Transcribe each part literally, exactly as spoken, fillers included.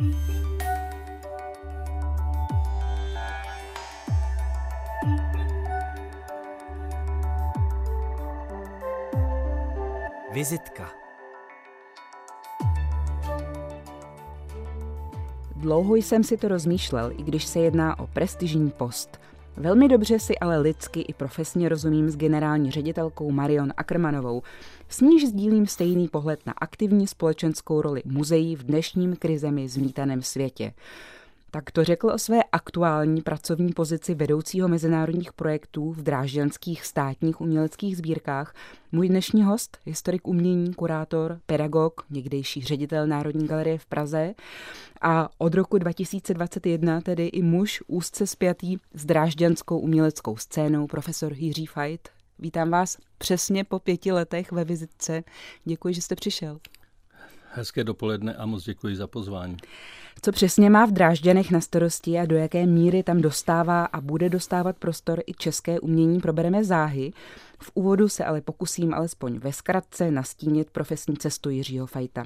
Vizitka. Dlouho jsem si to rozmýšlel, i když se jedná o prestižní post. Velmi dobře si ale lidsky i profesně rozumím s generální ředitelkou Marion Ackermannovou, s níž sdílím stejný pohled na aktivní společenskou roli muzeí v dnešním krizemi zmítaném světě. Tak to řekl o své aktuální pracovní pozici vedoucího mezinárodních projektů v drážďanských státních uměleckých sbírkách můj dnešní host, historik umění, kurátor, pedagog, někdejší ředitel Národní galerie v Praze a od roku dva tisíce dvacet jedna tedy i muž úzce spjatý s drážďanskou uměleckou scénou, profesor Jiří Fajt. Vítám vás přesně po pěti letech ve vizitce. Děkuji, že jste přišel. Hezké dopoledne a moc děkuji za pozvání. Co přesně má v Drážďanech na starosti a do jaké míry tam dostává a bude dostávat prostor i české umění, probereme záhy. V úvodu se ale pokusím alespoň ve zkratce nastínit profesní cestu Jiřího Fajta.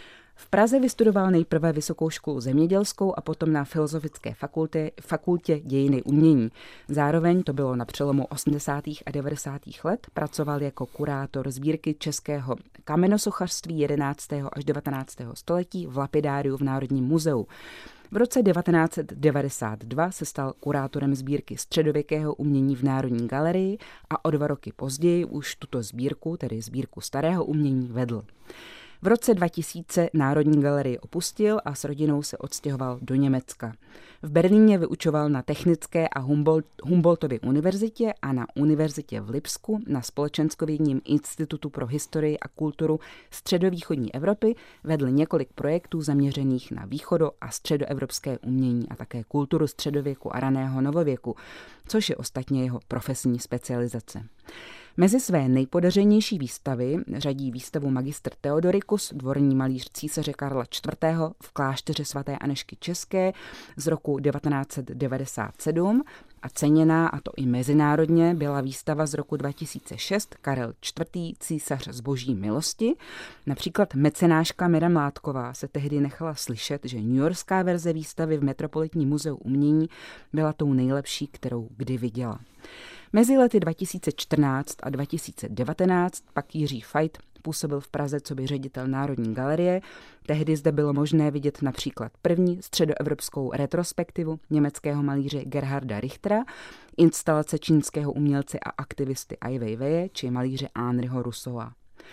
V Praze vystudoval nejprve Vysokou školu zemědělskou a potom na Filozofické fakultě, fakultě dějiny umění. Zároveň, to bylo na přelomu osmdesátých a devadesátých let, pracoval jako kurátor sbírky českého kamenosochařství jedenáctého až devatenáctého století v lapidáriu v Národním muzeu. V roce devatenáct set devadesát dva se stal kurátorem sbírky středověkého umění v Národní galerii a o dva roky později už tuto sbírku, tedy sbírku starého umění, vedl. V roce dva tisíce Národní galerii opustil a s rodinou se odstěhoval do Německa. V Berlíně vyučoval na Technické a Humboldt, Humboldtově univerzitě a na univerzitě v Lipsku na Společenskovědním institutu pro historii a kulturu středovýchodní Evropy vedl několik projektů zaměřených na východo- a středoevropské umění a také kulturu středověku a raného novověku, což je ostatně jeho profesní specializace. Mezi své nejpodařenější výstavy řadí výstavu Magistr Theodoricus, dvorní malíř císaře Karla čtvrtého. v klášteře svaté Anežky České z roku devatenáct set devadesát sedm a ceněná, a to i mezinárodně, byla výstava z roku dva tisíce šest Karel čtvrtý. Císař z boží milosti. Například mecenáška Mira Mládková se tehdy nechala slyšet, že newyorská verze výstavy v Metropolitním muzeu umění byla tou nejlepší, kterou kdy viděla. Mezi lety dva tisíce čtrnáct a dva tisíce devatenáct pak Jiří Fajt působil v Praze coby ředitel Národní galerie. Tehdy zde bylo možné vidět například první středoevropskou retrospektivu německého malíře Gerharda Richtera, instalace čínského umělce a aktivisty Ai Weiweje či malíře Henriho Rousseaua.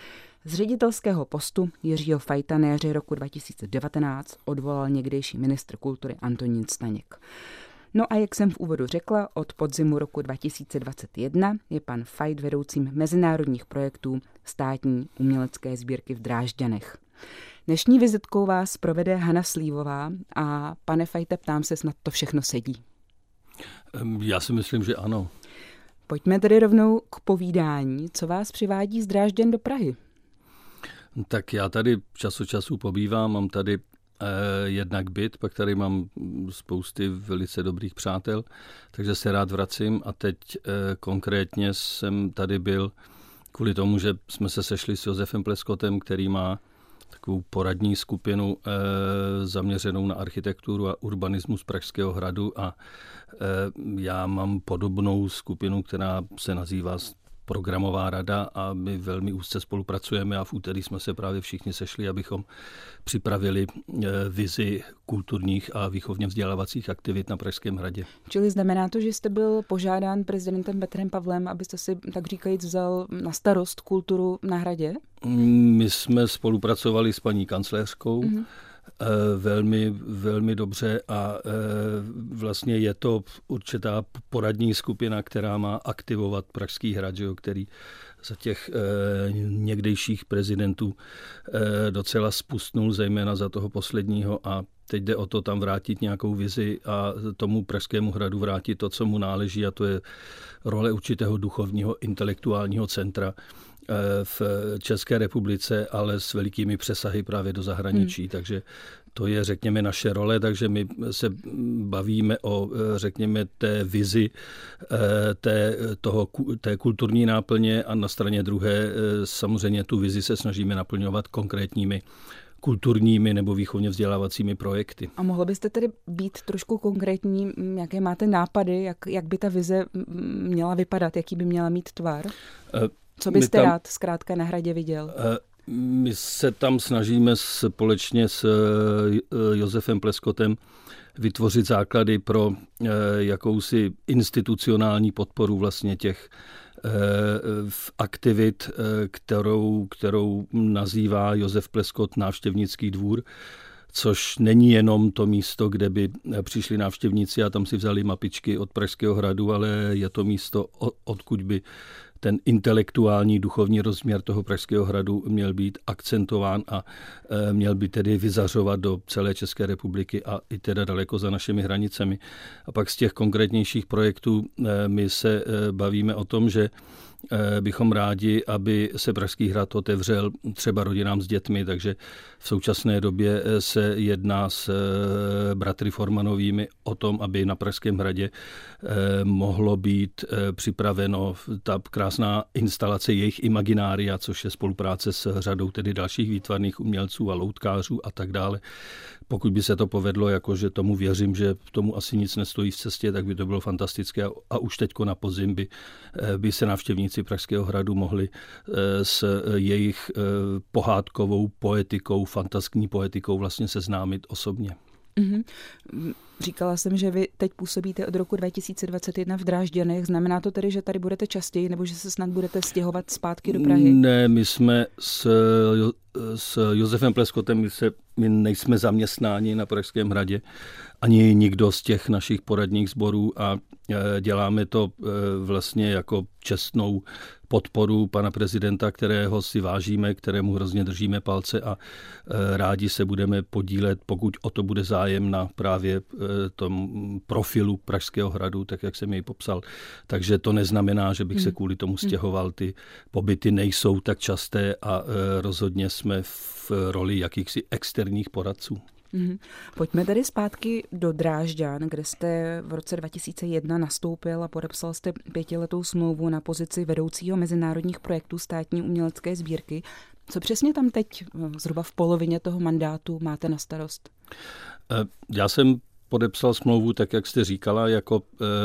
Z ředitelského postu Jiřího Fajta na jaře roku dva tisíce devatenáct odvolal někdejší ministr kultury Antonín Staněk. No a jak jsem v úvodu řekla, od podzimu roku dva tisíce dvacet jedna je pan Fajt vedoucím mezinárodních projektů státní umělecké sbírky v Drážďanech. Dnešní vizitkou vás provede Hana Slívová a pane Fajte, ptám se, snad to všechno sedí. Já si myslím, že ano. Pojďme tedy rovnou k povídání. Co vás přivádí z Drážďan do Prahy? Tak já tady čas od času pobývám, mám tady Eh, jednak byt, pak tady mám spousty velice dobrých přátel, takže se rád vracím a teď eh, konkrétně jsem tady byl kvůli tomu, že jsme se sešli s Josefem Pleskotem, který má takovou poradní skupinu eh, zaměřenou na architekturu a urbanismus Pražského hradu a eh, já mám podobnou skupinu, která se nazývá Programová rada a my velmi úzce spolupracujeme a v úterý jsme se právě všichni sešli, abychom připravili vizi kulturních a výchovně vzdělávacích aktivit na Pražském hradě. Čili znamená to, že jste byl požádán prezidentem Petrem Pavlem, abyste si tak říkajíc vzal na starost kulturu na hradě? My jsme spolupracovali s paní kancléřkou, mm-hmm. Velmi, velmi dobře a vlastně je to určitá poradní skupina, která má aktivovat Pražský hrad, že, který za těch někdejších prezidentů docela spustnul, zejména za toho posledního a teď jde o to tam vrátit nějakou vizi a tomu Pražskému hradu vrátit to, co mu náleží a to je role určitého duchovního intelektuálního centra v České republice, ale s velikými přesahy právě do zahraničí, hmm. takže to je, řekněme, naše role, takže my se bavíme o, řekněme, té vizi té, toho, té kulturní náplně a na straně druhé samozřejmě tu vizi se snažíme naplňovat konkrétními kulturními nebo výchovně vzdělávacími projekty. A mohl byste tedy být trošku konkrétní, jaké máte nápady, jak, jak by ta vize měla vypadat, jaký by měla mít tvar? Co byste tam rád zkrátka na Hradě viděl? My se tam snažíme společně s Josefem Pleskotem vytvořit základy pro jakousi institucionální podporu vlastně těch aktivit, kterou, kterou nazývá Josef Pleskot návštěvnický dvůr, což není jenom to místo, kde by přišli návštěvníci a tam si vzali mapičky od Pražského hradu, ale je to místo, odkud by ten intelektuální, duchovní rozměr toho Pražského hradu měl být akcentován a měl by tedy vyzařovat do celé České republiky a i teda daleko za našimi hranicemi. A pak z těch konkrétnějších projektů my se bavíme o tom, že bychom rádi, aby se Pražský hrad otevřel třeba rodinám s dětmi, takže v současné době se jedná s bratry Formanovými o tom, aby na Pražském hradě mohlo být připraveno ta krásná instalace jejich imaginária, což je spolupráce s řadou tedy dalších výtvarných umělců a loutkářů a tak dále. Pokud by se to povedlo, jakože tomu věřím, že tomu asi nic nestojí v cestě, tak by to bylo fantastické a, a už teďko na podzim by, by se návštěvníci Pražského hradu mohli s jejich pohádkovou poetikou, fantaskní poetikou vlastně seznámit osobně. Mm-hmm. Říkala jsem, že vy teď působíte od roku dva tisíce dvacet jedna v Drážďanech. Znamená to tedy, že tady budete častěji, nebo že se snad budete stěhovat zpátky do Prahy? Ne, my jsme s, s Josefem Pleskotem, my, se, my nejsme zaměstnáni na Pražském hradě, ani nikdo z těch našich poradních sborů a děláme to vlastně jako čestnou podporu pana prezidenta, kterého si vážíme, kterému hrozně držíme palce a rádi se budeme podílet, pokud o to bude zájem na právě tom profilu Pražského hradu, tak jak jsem jej popsal. Takže to neznamená, že bych se kvůli tomu stěhoval. Ty pobyty nejsou tak časté a rozhodně jsme v roli jakýchsi externích poradců. Mm-hmm. Pojďme tedy zpátky do Drážďan, kde jste v roce dva tisíce jedna nastoupil a podepsal jste pětiletou smlouvu na pozici vedoucího mezinárodních projektů státní umělecké sbírky. Co přesně tam teď, zhruba v polovině toho mandátu, máte na starost? Já jsem podepsal smlouvu, tak jak jste říkala, jako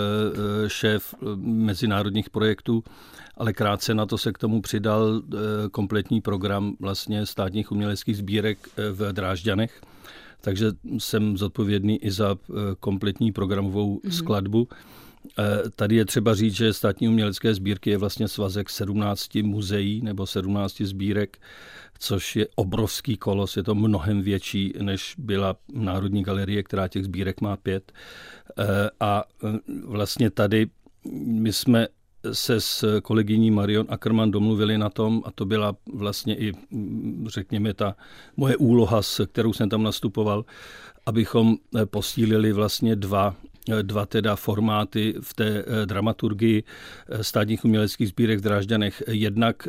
šéf mezinárodních projektů, ale krátce na to se k tomu přidal kompletní program vlastně státních uměleckých sbírek v Drážďanech. Takže jsem zodpovědný i za kompletní programovou mm-hmm. skladbu. Tady je třeba říct, že státní umělecké sbírky je vlastně svazek sedmnácti muzeí nebo sedmnácti sbírek, což je obrovský kolos, je to mnohem větší, než byla Národní galerie, která těch sbírek má pět. A vlastně tady my jsme se s kolegyní Marion Ackermann domluvili na tom, a to byla vlastně i, řekněme, ta moje úloha, s kterou jsem tam nastupoval, abychom posílili vlastně dva dva teda formáty v té dramaturgii státních uměleckých sbírek v Drážďanech. Jednak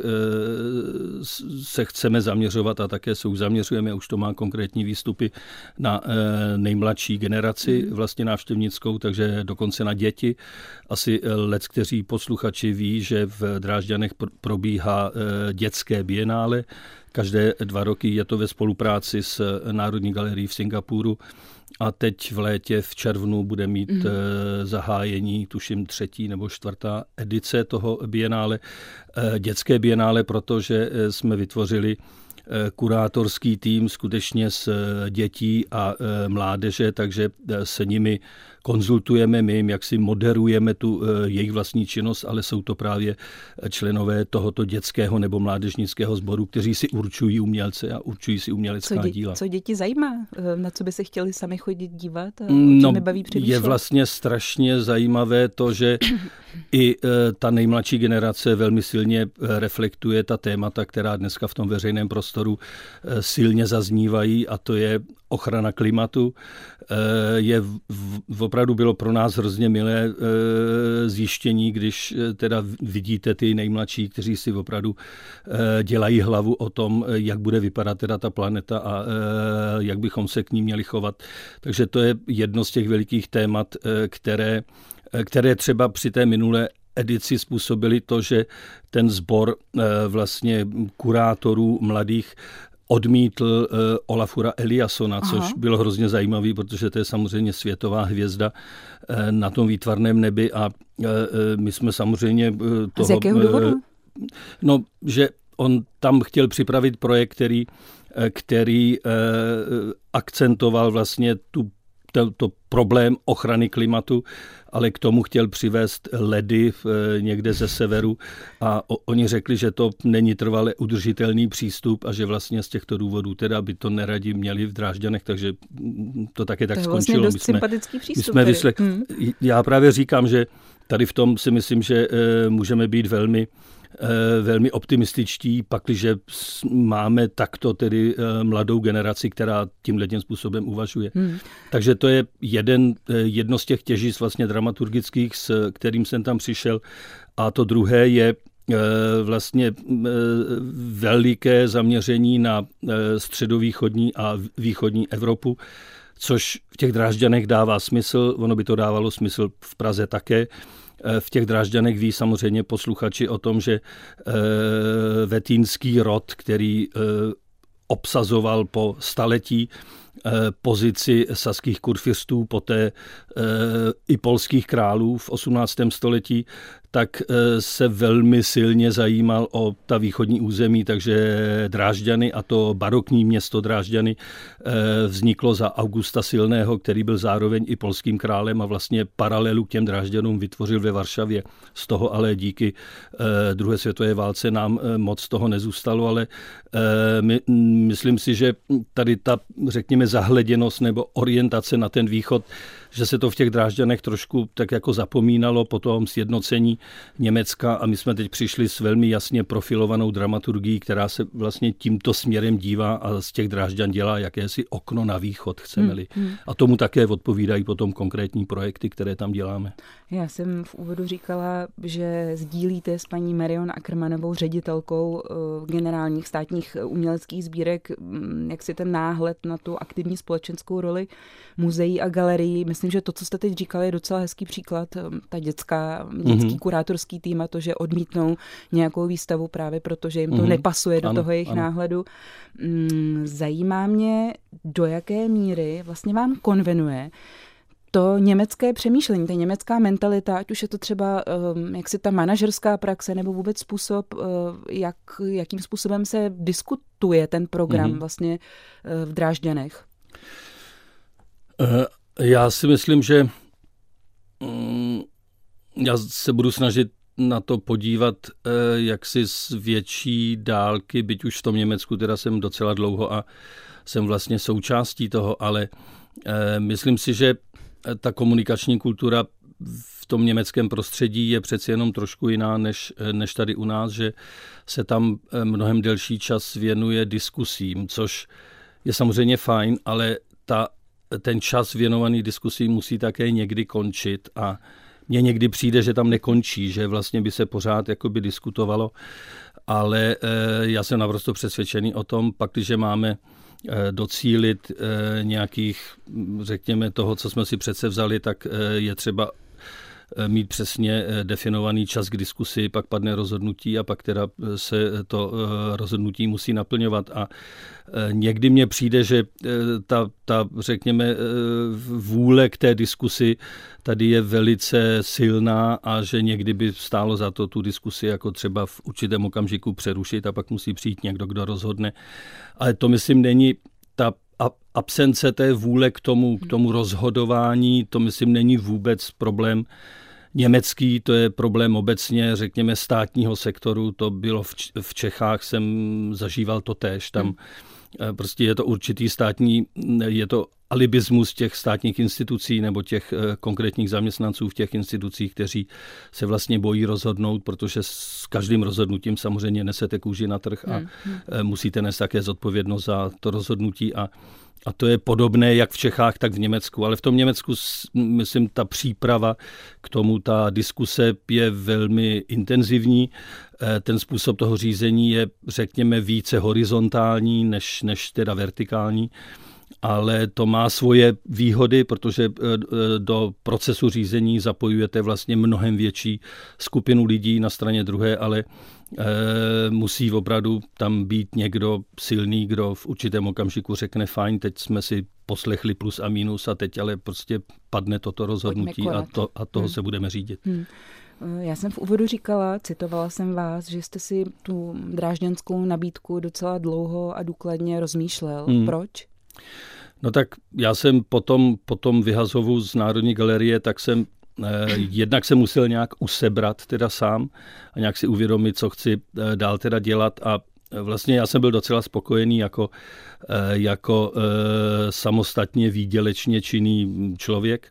se chceme zaměřovat a také se už zaměřujeme, už to má konkrétní výstupy na nejmladší generaci vlastně návštěvnickou, takže dokonce na děti. Asi lec, kteří posluchači ví, že v Drážďanech probíhá dětské bienále. Každé dva roky je to ve spolupráci s Národní galerií v Singapuru. A teď v létě, v červnu, bude mít mm. zahájení, tuším, třetí nebo čtvrtá edice toho bienále. Dětské bienále, protože jsme vytvořili kurátorský tým skutečně z dětí a mládeže, takže se nimi konzultujeme, my jim jaksi moderujeme tu jejich vlastní činnost, ale jsou to právě členové tohoto dětského nebo mládežnického sboru, kteří si určují umělce a určují si umělecká co dě, díla. Co děti zajímá? Na co by se chtěli sami chodit dívat? A no, mi baví je vlastně strašně zajímavé to, že i ta nejmladší generace velmi silně reflektuje ta témata, která dneska v tom veřejném prostoru silně zaznívají, a to je ochrana klimatu. Je v, opravdu bylo pro nás hrozně milé zjištění, když teda vidíte ty nejmladší, kteří si opravdu dělají hlavu o tom, jak bude vypadat teda ta planeta a jak bychom se k ní měli chovat. Takže to je jedno z těch velikých témat, které, které třeba při té minulé edici způsobili to, že ten sbor vlastně kurátorů mladých odmítl Olafura Eliassona, Aha. což bylo hrozně zajímavé, protože to je samozřejmě světová hvězda na tom výtvarném nebi a my jsme samozřejmě toho... Z jakého důvodu? No, že on tam chtěl připravit projekt, který, který akcentoval vlastně tu to problém ochrany klimatu, ale k tomu chtěl přivést ledy někde ze severu a oni řekli, že to není trvale udržitelný přístup a že vlastně z těchto důvodů teda by to neradi měli v Drážďanech, takže to také tak to skončilo. Vlastně dost my jsme, sympatický přístup. My jsme vysle... hmm. Já právě říkám, že tady v tom si myslím, že můžeme být velmi velmi optimističtí, pakliže máme takto tedy mladou generaci, která tímhle tím způsobem uvažuje. Hmm. Takže to je jeden, jedno z těch těžic vlastně dramaturgických, s kterým jsem tam přišel. A to druhé je vlastně veliké zaměření na středovýchodní a východní Evropu, což v těch Drážďanech dává smysl, ono by to dávalo smysl v Praze také. V těch Drážďanech ví samozřejmě posluchači o tom, že vetínský rod, který obsazoval po staletí pozici saských kurfürstů, poté i polských králů v osmnáctém století, tak se velmi silně zajímal o ta východní území, takže Drážďany a to barokní město Drážďany vzniklo za Augusta Silného, který byl zároveň i polským králem a vlastně paralelu k těm Drážďanům vytvořil ve Varšavě. Z toho ale díky druhé světové válce nám moc toho nezůstalo, ale my, myslím si, že tady ta, řekněme, zahleděnost nebo orientace na ten východ, že se to v těch Drážďanech trošku tak jako zapomínalo po tom sjednocení Německa a my jsme teď přišli s velmi jasně profilovanou dramaturgií, která se vlastně tímto směrem dívá a z těch Drážďan dělá jakési okno na východ, chceme-li. Hmm, hmm. A tomu také odpovídají potom konkrétní projekty, které tam děláme. Já jsem v úvodu říkala, že sdílíte s paní Marion Ackermannovou, ředitelkou generálních státních uměleckých sbírek, jak si ten náhled na tu aktivní společenskou roli muzeí a galerií. Myslím, že to, co jste teď říkali, je docela hezký příklad. Ta dětská, dětský mm-hmm. kurátorský tým a to, že odmítnou nějakou výstavu právě proto, že jim to mm-hmm. nepasuje do ano, toho jejich ano. náhledu. Zajímá mě, do jaké míry vlastně vám konvenuje to německé přemýšlení, ta německá mentalita, ať už je to třeba jak si ta manažerská praxe nebo vůbec způsob, jak, jakým způsobem se diskutuje ten program mm-hmm. vlastně v Drážďanech. Já si myslím, že já se budu snažit na to podívat jaksi z větší dálky, byť už v tom Německu teda jsem docela dlouho a jsem vlastně součástí toho, ale myslím si, že ta komunikační kultura v tom německém prostředí je přeci jenom trošku jiná než, než tady u nás, že se tam mnohem delší čas věnuje diskusím, což je samozřejmě fajn, ale ta ten čas věnovaný diskusí musí také někdy končit a mně někdy přijde, že tam nekončí, že vlastně by se pořád jakoby diskutovalo, ale já jsem naprosto přesvědčený o tom, pak, když máme docílit nějakých, řekněme, toho, co jsme si přece vzali, tak je třeba mít přesně definovaný čas k diskusi, pak padne rozhodnutí a pak teda se to rozhodnutí musí naplňovat. A někdy mně přijde, že ta, ta řekněme, vůle k té diskusi tady je velice silná a že někdy by stálo za to tu diskusi jako třeba v určitém okamžiku přerušit a pak musí přijít někdo, kdo rozhodne. Ale to, myslím, není ta absence té vůle k tomu, k tomu rozhodování, to, myslím, není vůbec problém německý, to je problém obecně, řekněme, státního sektoru, to bylo v, v Čechách, jsem zažíval to též, tam hmm. prostě je to určitý státní, je to alibismus těch státních institucí nebo těch konkrétních zaměstnanců v těch institucích, kteří se vlastně bojí rozhodnout, protože s každým rozhodnutím samozřejmě nesete kůži na trh a hmm. musíte nést také zodpovědnost za to rozhodnutí a A to je podobné jak v Čechách, tak v Německu. Ale v tom Německu, myslím, ta příprava k tomu, ta diskuse je velmi intenzivní. Ten způsob toho řízení je, řekněme, více horizontální než, než teda vertikální. ale to má svoje výhody, protože do procesu řízení zapojujete vlastně mnohem větší skupinu lidí na straně druhé, ale musí opravdu tam být někdo silný, kdo v určitém okamžiku řekne fajn, teď jsme si poslechli plus a minus a teď ale prostě padne toto rozhodnutí a, to, a toho hmm. se budeme řídit. Hmm. Já jsem v úvodu říkala, citovala jsem vás, že jste si tu drážďanskou nabídku docela dlouho a důkladně rozmýšlel. Hmm. Proč? No tak já jsem potom, potom vyhazovu z Národní galerie, tak jsem eh, jednak se musel nějak usebrat teda sám a nějak si uvědomit, co chci eh, dál teda dělat a vlastně já jsem byl docela spokojený jako, eh, jako eh, samostatně výdělečně činný člověk.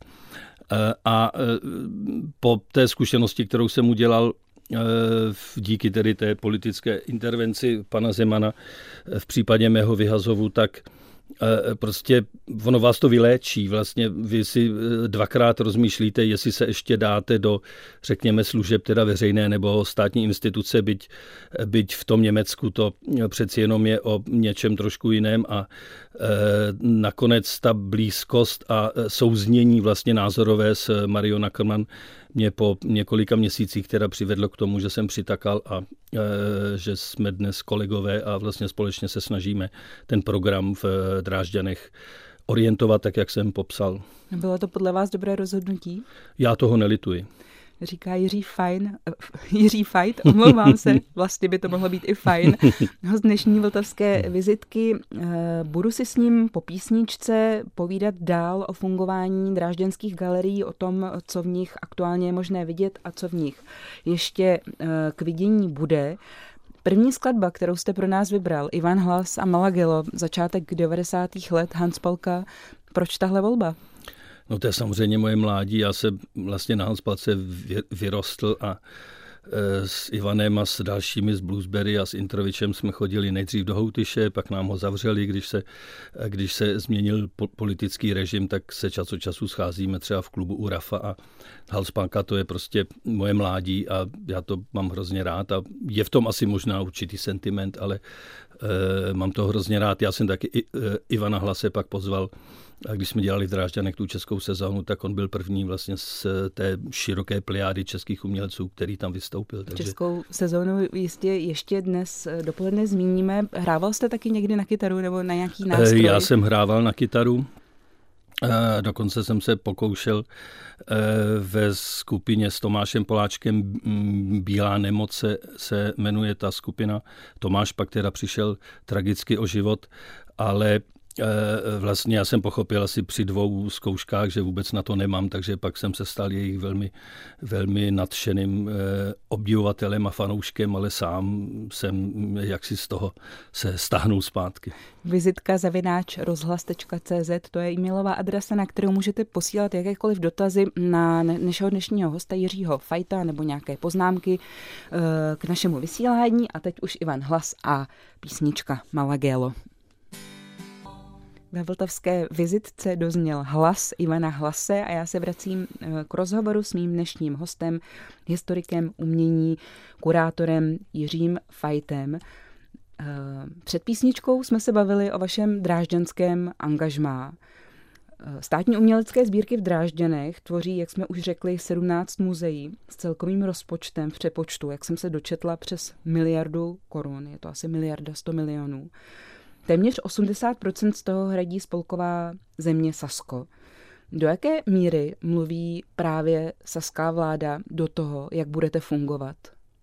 A po té zkušenosti, kterou jsem udělal díky tedy té politické intervenci pana Zemana v případě mého vyhazovu, tak prostě ono vás to vyléčí. Vlastně vy si dvakrát rozmýšlíte, jestli se ještě dáte do, řekněme, služeb teda veřejné nebo státní instituce, byť, byť v tom Německu to přeci jenom je o něčem trošku jiném a e, nakonec ta blízkost a souznění vlastně názorové s Mariou Ackermann mě po několika měsících teda přivedlo k tomu, že jsem přitakal a e, že jsme dnes kolegové a vlastně společně se snažíme ten program v Drážďanech orientovat tak, jak jsem popsal. Bylo to podle vás dobré rozhodnutí? Já toho nelituji. Říká Jiří Fajn, Jiří Fajt, omlouvám se, vlastně by to mohlo být i fajn. Z dnešní vltavské vizitky budu si s ním po písničce povídat dál o fungování drážďanských galerií, o tom, co v nich aktuálně je možné vidět a co v nich ještě k vidění bude. První skladba, kterou jste pro nás vybral, Ivan Hlas a Malagelo, začátek devadesátých let, Hans Polka. Proč tahle volba? No to je samozřejmě moje mládí. Já jsem vlastně na Hanspalce vyrostl a s Ivanem a s dalšími z Bluesberry a s Introvičem jsme chodili nejdřív do Houtyše, pak nám ho zavřeli, když se, když se změnil politický režim, tak se čas od času scházíme třeba v klubu u Rafa a Hanspalka, to je prostě moje mládí a já to mám hrozně rád a je v tom asi možná určitý sentiment, ale e, mám to hrozně rád. Já jsem taky i, e, Ivana Hlase pak pozval. A když jsme dělali v Drážďanech tu českou sezónu, tak on byl první vlastně z té široké plejády českých umělců, který tam vystoupil. Takže... Českou sezónu jistě ještě dnes dopoledne zmíníme. Hrával jste taky někdy na kytaru nebo na nějaký nástroj? Já jsem hrával na kytaru. Dokonce jsem se pokoušel ve skupině s Tomášem Poláčkem, Bílá nemoc se jmenuje ta skupina. Tomáš pak teda přišel tragicky o život, ale vlastně já jsem pochopil asi při dvou zkouškách, že vůbec na to nemám, takže pak jsem se stal jejich velmi, velmi nadšeným obdivovatelem a fanouškem, ale sám jsem jaksi z toho se stáhnul zpátky. Vizitka zavináč rozhlas tečka cé zet, to je e-mailová adresa, na kterou můžete posílat jakékoliv dotazy na našeho dnešního hosta Jiřího Fajta nebo nějaké poznámky k našemu vysílání. A teď už Ivan Hlas a písnička Malagelo. Ve vltavské vizitce dozněl hlas Ivana Hlase a já se vracím k rozhovoru s mým dnešním hostem, historikem umění, kurátorem Jiřím Fajtem. Před písničkou jsme se bavili o vašem drážďanském angažmá. Státní umělecké sbírky v Drážďanech tvoří, jak jsme už řekli, sedmnáct muzeí s celkovým rozpočtem v přepočtu, jak jsem se dočetla, přes miliardu korun. Je to asi miliarda sto milionů. Téměř osmdesát procent z toho hradí spolková země Sasko. Do jaké míry mluví právě saská vláda do toho, jak budete fungovat?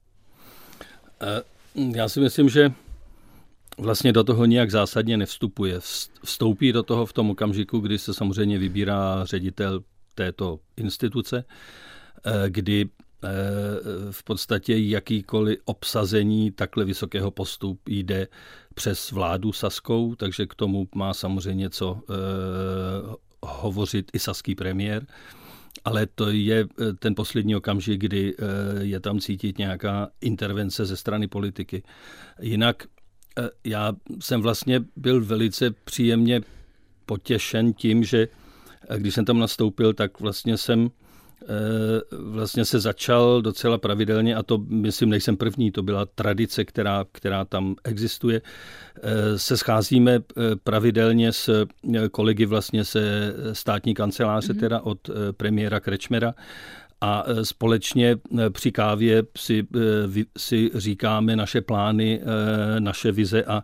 Já si myslím, že vlastně do toho nějak zásadně nevstupuje. Vstoupí do toho v tom okamžiku, kdy se samozřejmě vybírá ředitel této instituce, kdy v podstatě jakýkoliv obsazení takhle vysokého postu jde přes vládu saskou, takže k tomu má samozřejmě co eh, hovořit i saský premiér. Ale to je ten poslední okamžik, kdy eh, je tam cítit nějaká intervence ze strany politiky. Jinak eh, já jsem vlastně byl velice příjemně potěšen tím, že když jsem tam nastoupil, tak vlastně jsem vlastně se začal docela pravidelně, a to myslím nejsem první, to byla tradice, která, která tam existuje. Se scházíme pravidelně s kolegy vlastně se státní kanceláře, mm-hmm. teda od premiéra Krečmera, a společně při kávě si, si říkáme naše plány, naše vize a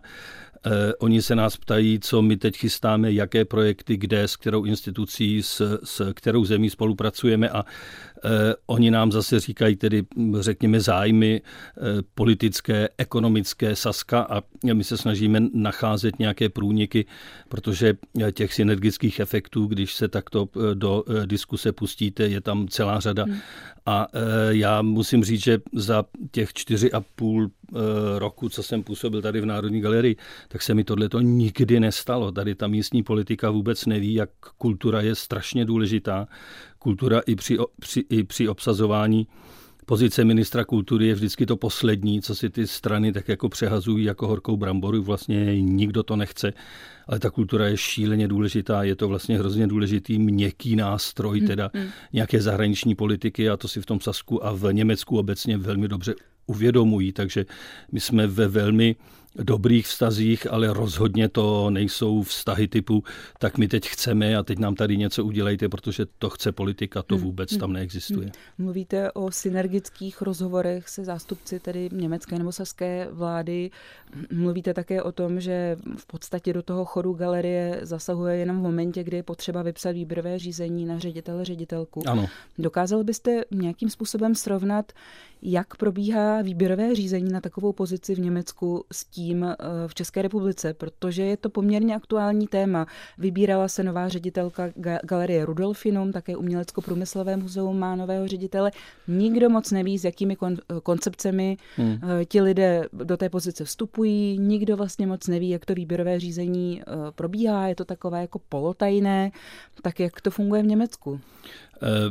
oni se nás ptají, co my teď chystáme, jaké projekty, kde, s kterou institucí, s, s kterou zemí spolupracujeme a eh, oni nám zase říkají tedy, řekněme, zájmy eh, politické, ekonomické, Saska a my se snažíme nacházet nějaké průniky, protože těch synergických efektů, když se takto do eh, diskuse pustíte, je tam celá řada. Hmm. A eh, já musím říct, že za těch čtyři a půl eh, roku, co jsem působil tady v Národní galerii, tak se mi tohleto nikdy nestalo. Tady ta místní politika vůbec neví, jak kultura je strašně důležitá. Kultura i při, při, i při obsazování pozice ministra kultury je vždycky to poslední, co si ty strany tak jako přehazují jako horkou bramboru. Vlastně nikdo to nechce, ale ta kultura je šíleně důležitá. Je to vlastně hrozně důležitý měkký nástroj teda hmm, hmm. nějaké zahraniční politiky a to si v tom Sasku a v Německu obecně velmi dobře uvědomují. Takže my jsme ve velmi dobrých vztazích, ale rozhodně to nejsou vztahy typu tak my teď chceme a teď nám tady něco udělejte, protože to chce politika, to vůbec hmm. tam neexistuje. Mluvíte o synergických rozhovorech se zástupci tedy německé nebo saské vlády. Mluvíte také o tom, že v podstatě do toho chodu galerie zasahuje jenom v momentě, kdy je potřeba vypsat výběrové řízení na ředitele, ředitelku. Ano. Dokázal byste nějakým způsobem srovnat, jak probíhá výběrové řízení na takovou pozici v Německu s tím v České republice, protože je to poměrně aktuální téma. Vybírala se nová ředitelka galerie Rudolfinum, také Umělecko-průmyslové muzeum má nového ředitele. Nikdo moc neví, s jakými kon- koncepcemi hmm. ti lidé do té pozice vstupují. Nikdo vlastně moc neví, jak to výběrové řízení probíhá. Je to takové jako polotajné. Tak jak to funguje v Německu? Uh,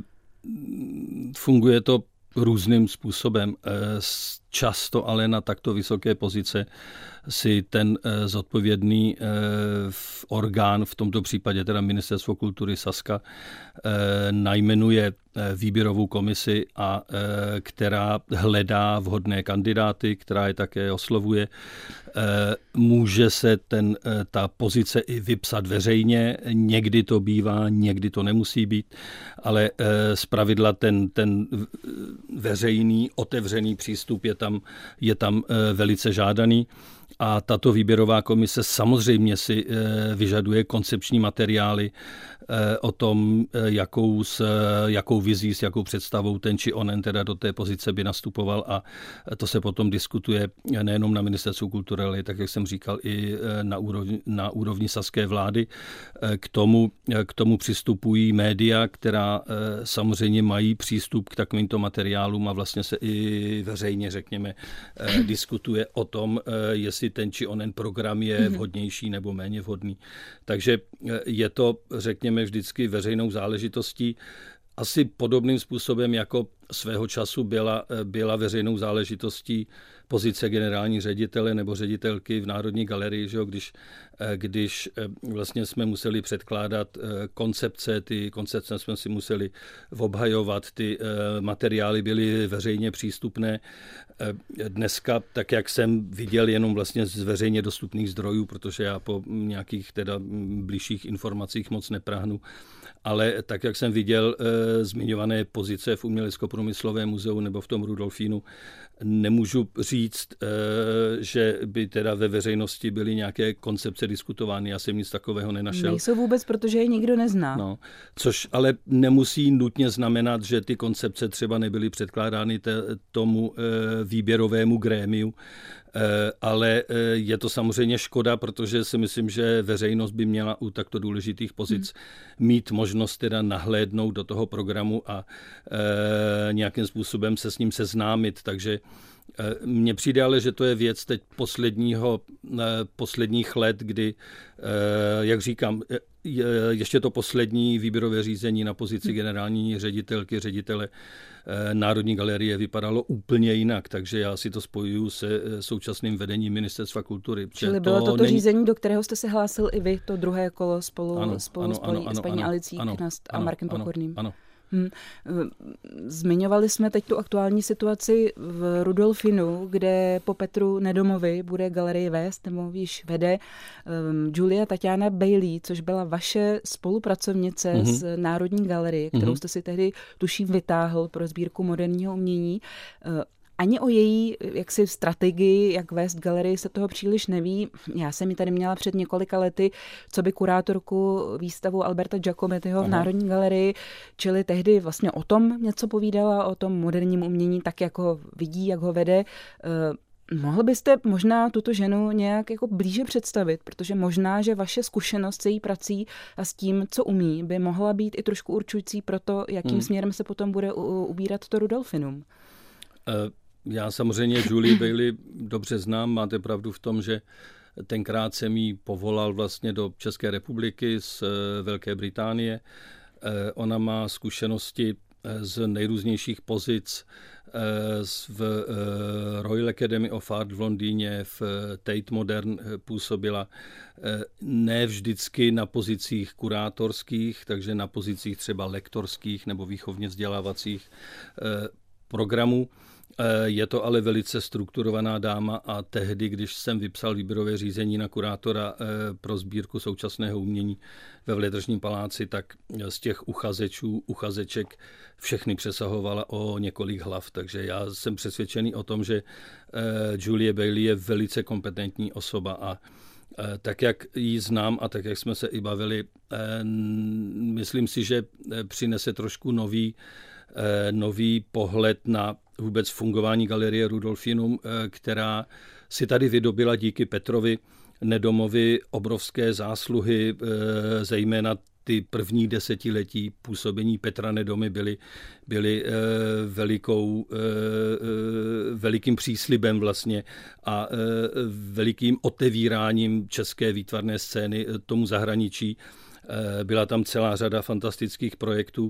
funguje to různým způsobem. Často ale na takto vysoké pozice si ten zodpovědný orgán, v tomto případě teda Ministerstvo kultury Saska, najmenuje výběrovou komisi, a která hledá vhodné kandidáty, která je také oslovuje. Může se ten, ta pozice i vypsat veřejně, někdy to bývá, někdy to nemusí být, ale zpravidla ten, ten veřejný, otevřený přístup je tam, je tam velice žádaný. A tato výběrová komise samozřejmě si vyžaduje koncepční materiály o tom, jakou, s, jakou vizí, s jakou představou ten či onen teda do té pozice by nastupoval, a to se potom diskutuje nejenom na Ministerstvu kultury, ale tak, jak jsem říkal, i na úrovni, na úrovni saské vlády. K tomu, k tomu přistupují média, která samozřejmě mají přístup k takovýmto materiálům a vlastně se i veřejně, řekněme, diskutuje o tom, jestli ten či onen program je vhodnější nebo méně vhodný. Takže je to, řekněme, vždycky veřejnou záležitostí. Asi podobným způsobem, jako svého času byla, byla veřejnou záležitostí pozice generální ředitele nebo ředitelky v Národní galerii, že jo, když, když vlastně jsme museli předkládat koncepce, ty koncepce jsme si museli obhajovat, ty materiály byly veřejně přístupné. Dneska, tak jak jsem viděl jenom vlastně z veřejně dostupných zdrojů, protože já po nějakých teda blížších informacích moc neprahnu, ale tak, jak jsem viděl e, zmiňované pozice v Umělecko-průmyslovém muzeu nebo v tom Rudolfínu, nemůžu říct, e, že by teda ve veřejnosti byly nějaké koncepce diskutovány. Já jsem nic takového nenašel. Nejsou vůbec, protože je nikdo nezná. No, což ale nemusí nutně znamenat, že ty koncepce třeba nebyly předkládány te, tomu e, výběrovému grémiu, ale je to samozřejmě škoda, protože si myslím, že veřejnost by měla u takto důležitých pozic hmm. mít možnost teda nahlédnout do toho programu a e, nějakým způsobem se s ním seznámit. Takže mně přijde ale, že to je věc teď posledního, posledních let, kdy, jak říkám, ještě to poslední výběrové řízení na pozici generální ředitelky, ředitele Národní galerie vypadalo úplně jinak, takže já si to spojuju se současným vedením Ministerstva kultury. Čili bylo to toto není... řízení, do kterého jste se hlásil i vy, to druhé kolo spolu, ano, spolu ano, spolu ano, s paní ano, Alicí ano, Knast a ano, Markem ano, Pokorným. Ano. Hmm. Zmiňovali jsme teď tu aktuální situaci v Rudolfinu, kde po Petru Nedomovi bude galerii vést, nebo již vede um, Julia Tatiana Bailey, což byla vaše spolupracovnice mm-hmm. z Národní galerie, kterou mm-hmm. jste si tehdy, tuším, vytáhl pro sbírku moderního umění. Uh, Ani o její jaksi strategii, jak vést galerii, se toho příliš neví. Já jsem ji tady měla před několika lety, co by kurátorku výstavu Alberta Giacomettiho v Národní galerii, čili tehdy vlastně o tom něco povídala, o tom moderním umění, tak jak ho vidí, jak ho vede. Eh, mohl byste možná tuto ženu nějak jako blíže představit, protože možná, že vaše zkušenost s její prací a s tím, co umí, by mohla být i trošku určující pro to, jakým hmm. směrem se potom bude u, ubírat to Rudolfinum. Uh... Já samozřejmě Julie Bailey dobře znám, máte pravdu v tom, že tenkrát jsem ji povolal vlastně do České republiky z Velké Británie. Ona má zkušenosti z nejrůznějších pozic v Royal Academy of Art v Londýně, v Tate Modern působila ne vždycky na pozicích kurátorských, takže na pozicích třeba lektorských nebo výchovně vzdělávacích programů. Je to ale velice strukturovaná dáma a tehdy, když jsem vypsal výběrové řízení na kurátora pro sbírku současného umění ve Veletržním paláci, tak z těch uchazečů, uchazeček všechny přesahovala o několik hlav. Takže já jsem přesvědčený o tom, že Julie Bailey je velice kompetentní osoba a tak, jak ji znám a tak, jak jsme se i bavili, myslím si, že přinese trošku nový, nový pohled na vůbec fungování galerie Rudolfinum, která si tady vydobila díky Petrovi Nedomovi obrovské zásluhy, zejména ty první desetiletí působení Petra Nedomy byly, byly velikou, velikým příslibem vlastně a velikým otevíráním české výtvarné scény tomu zahraničí. Byla tam celá řada fantastických projektů.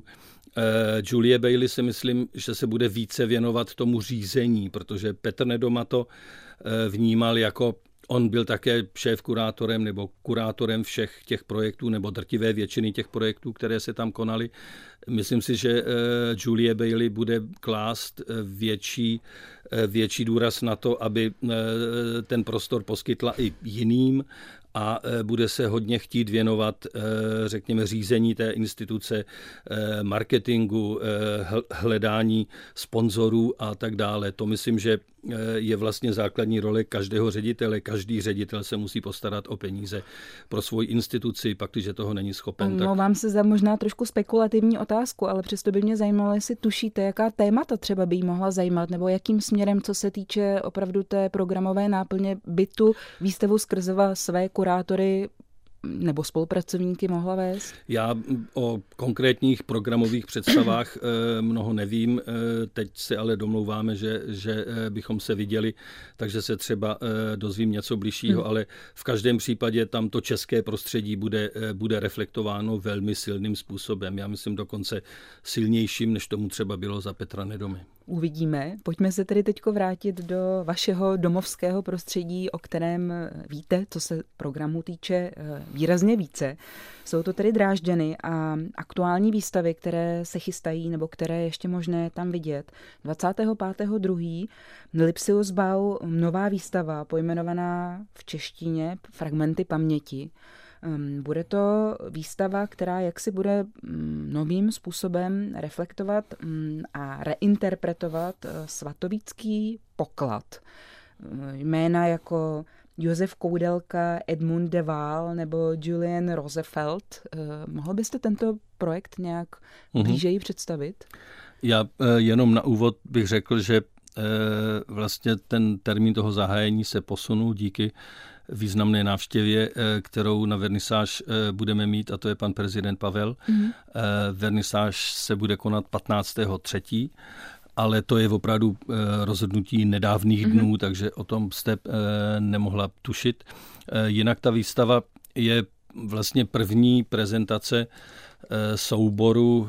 Julie Bailey si myslím, že se bude více věnovat tomu řízení, protože Petr Nedoma to vnímal jako, on byl také šéf-kurátorem nebo kurátorem všech těch projektů nebo drtivé většiny těch projektů, které se tam konaly. Myslím si, že Julie Bailey bude klást větší, větší důraz na to, aby ten prostor poskytla i jiným, a bude se hodně chtít věnovat, řekněme, řízení té instituce, marketingu, hledání sponzorů a tak dále. To myslím, že je vlastně základní role každého ředitele. Každý ředitel se musí postarat o peníze pro svoji instituci, pak, když toho není schopen. No, tak... vám se za možná trošku spekulativní otázku, ale přesto by mě zajímalo, jestli tušíte, jaká témata třeba by jí mohla zajímat, nebo jakým směrem, co se týče opravdu té programové náplně, by tu výstavu skrze své kurátory nebo spolupracovníky mohla vést? Já o konkrétních programových představách mnoho nevím. Teď se ale domlouváme, že, že bychom se viděli, takže se třeba dozvím něco bližšího, hmm. ale v každém případě tam to české prostředí bude, bude reflektováno velmi silným způsobem. Já myslím dokonce silnějším, než tomu třeba bylo za Petra Nedomy. Uvidíme. Pojďme se tedy teďko vrátit do vašeho domovského prostředí, o kterém víte, co se programu týče, výrazně více. Jsou to tedy Drážďany a aktuální výstavy, které se chystají nebo které ještě možné tam vidět. dvacátého pátého druhého Lipsiusbau, nová výstava pojmenovaná v češtině Fragmenty paměti. Bude to výstava, která jaksi bude novým způsobem reflektovat a reinterpretovat svatovícký poklad. Jména jako Josef Koudelka, Edmund de Waal nebo Julian Rosefeld. Mohl byste tento projekt nějak blížeji představit? Já jenom na úvod bych řekl, že vlastně ten termín toho zahájení se posunul díky významné návštěvě, kterou na vernisáž budeme mít, a to je pan prezident Pavel. Mm. Vernisáž se bude konat patnáctého třetího ale to je opravdu rozhodnutí nedávných dnů, mm. takže o tom jste nemohla tušit. Jinak ta výstava je vlastně první prezentace souboru